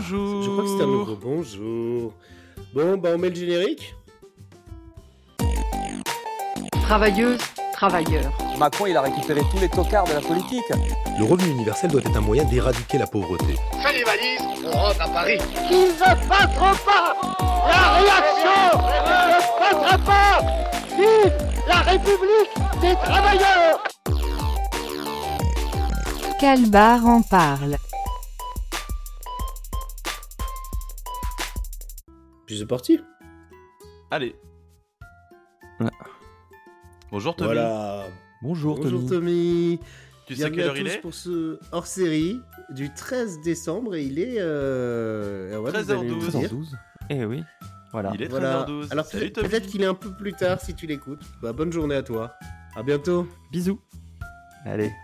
Je crois que c'est un nouveau bonjour. Bon, bah on met le générique. Travailleuses, travailleurs. Macron, il a récupéré tous les tocards de la politique. Le revenu universel doit être un moyen d'éradiquer la pauvreté. Fais les valises, on rentre à Paris. Qui ne passe pas. La réaction ne passera pas. Vive la République des travailleurs. Calbar en parle. Puis c'est parti. Allez. Ouais. Bonjour Tommy. Voilà. Bonjour Bonjour Tommy. Tu sais Bienvenue quelle à heure il tous est pour ce hors-série du 13 décembre et il est... ouais, vous allez nous 13h12. dire. 13h12. Eh oui. Voilà. Il est Voilà. 13h12. Alors Salut Tommy. peut-être qu'il est un peu plus tard si tu l'écoutes. Bah, bonne journée à toi. À bientôt. Bisous. Allez.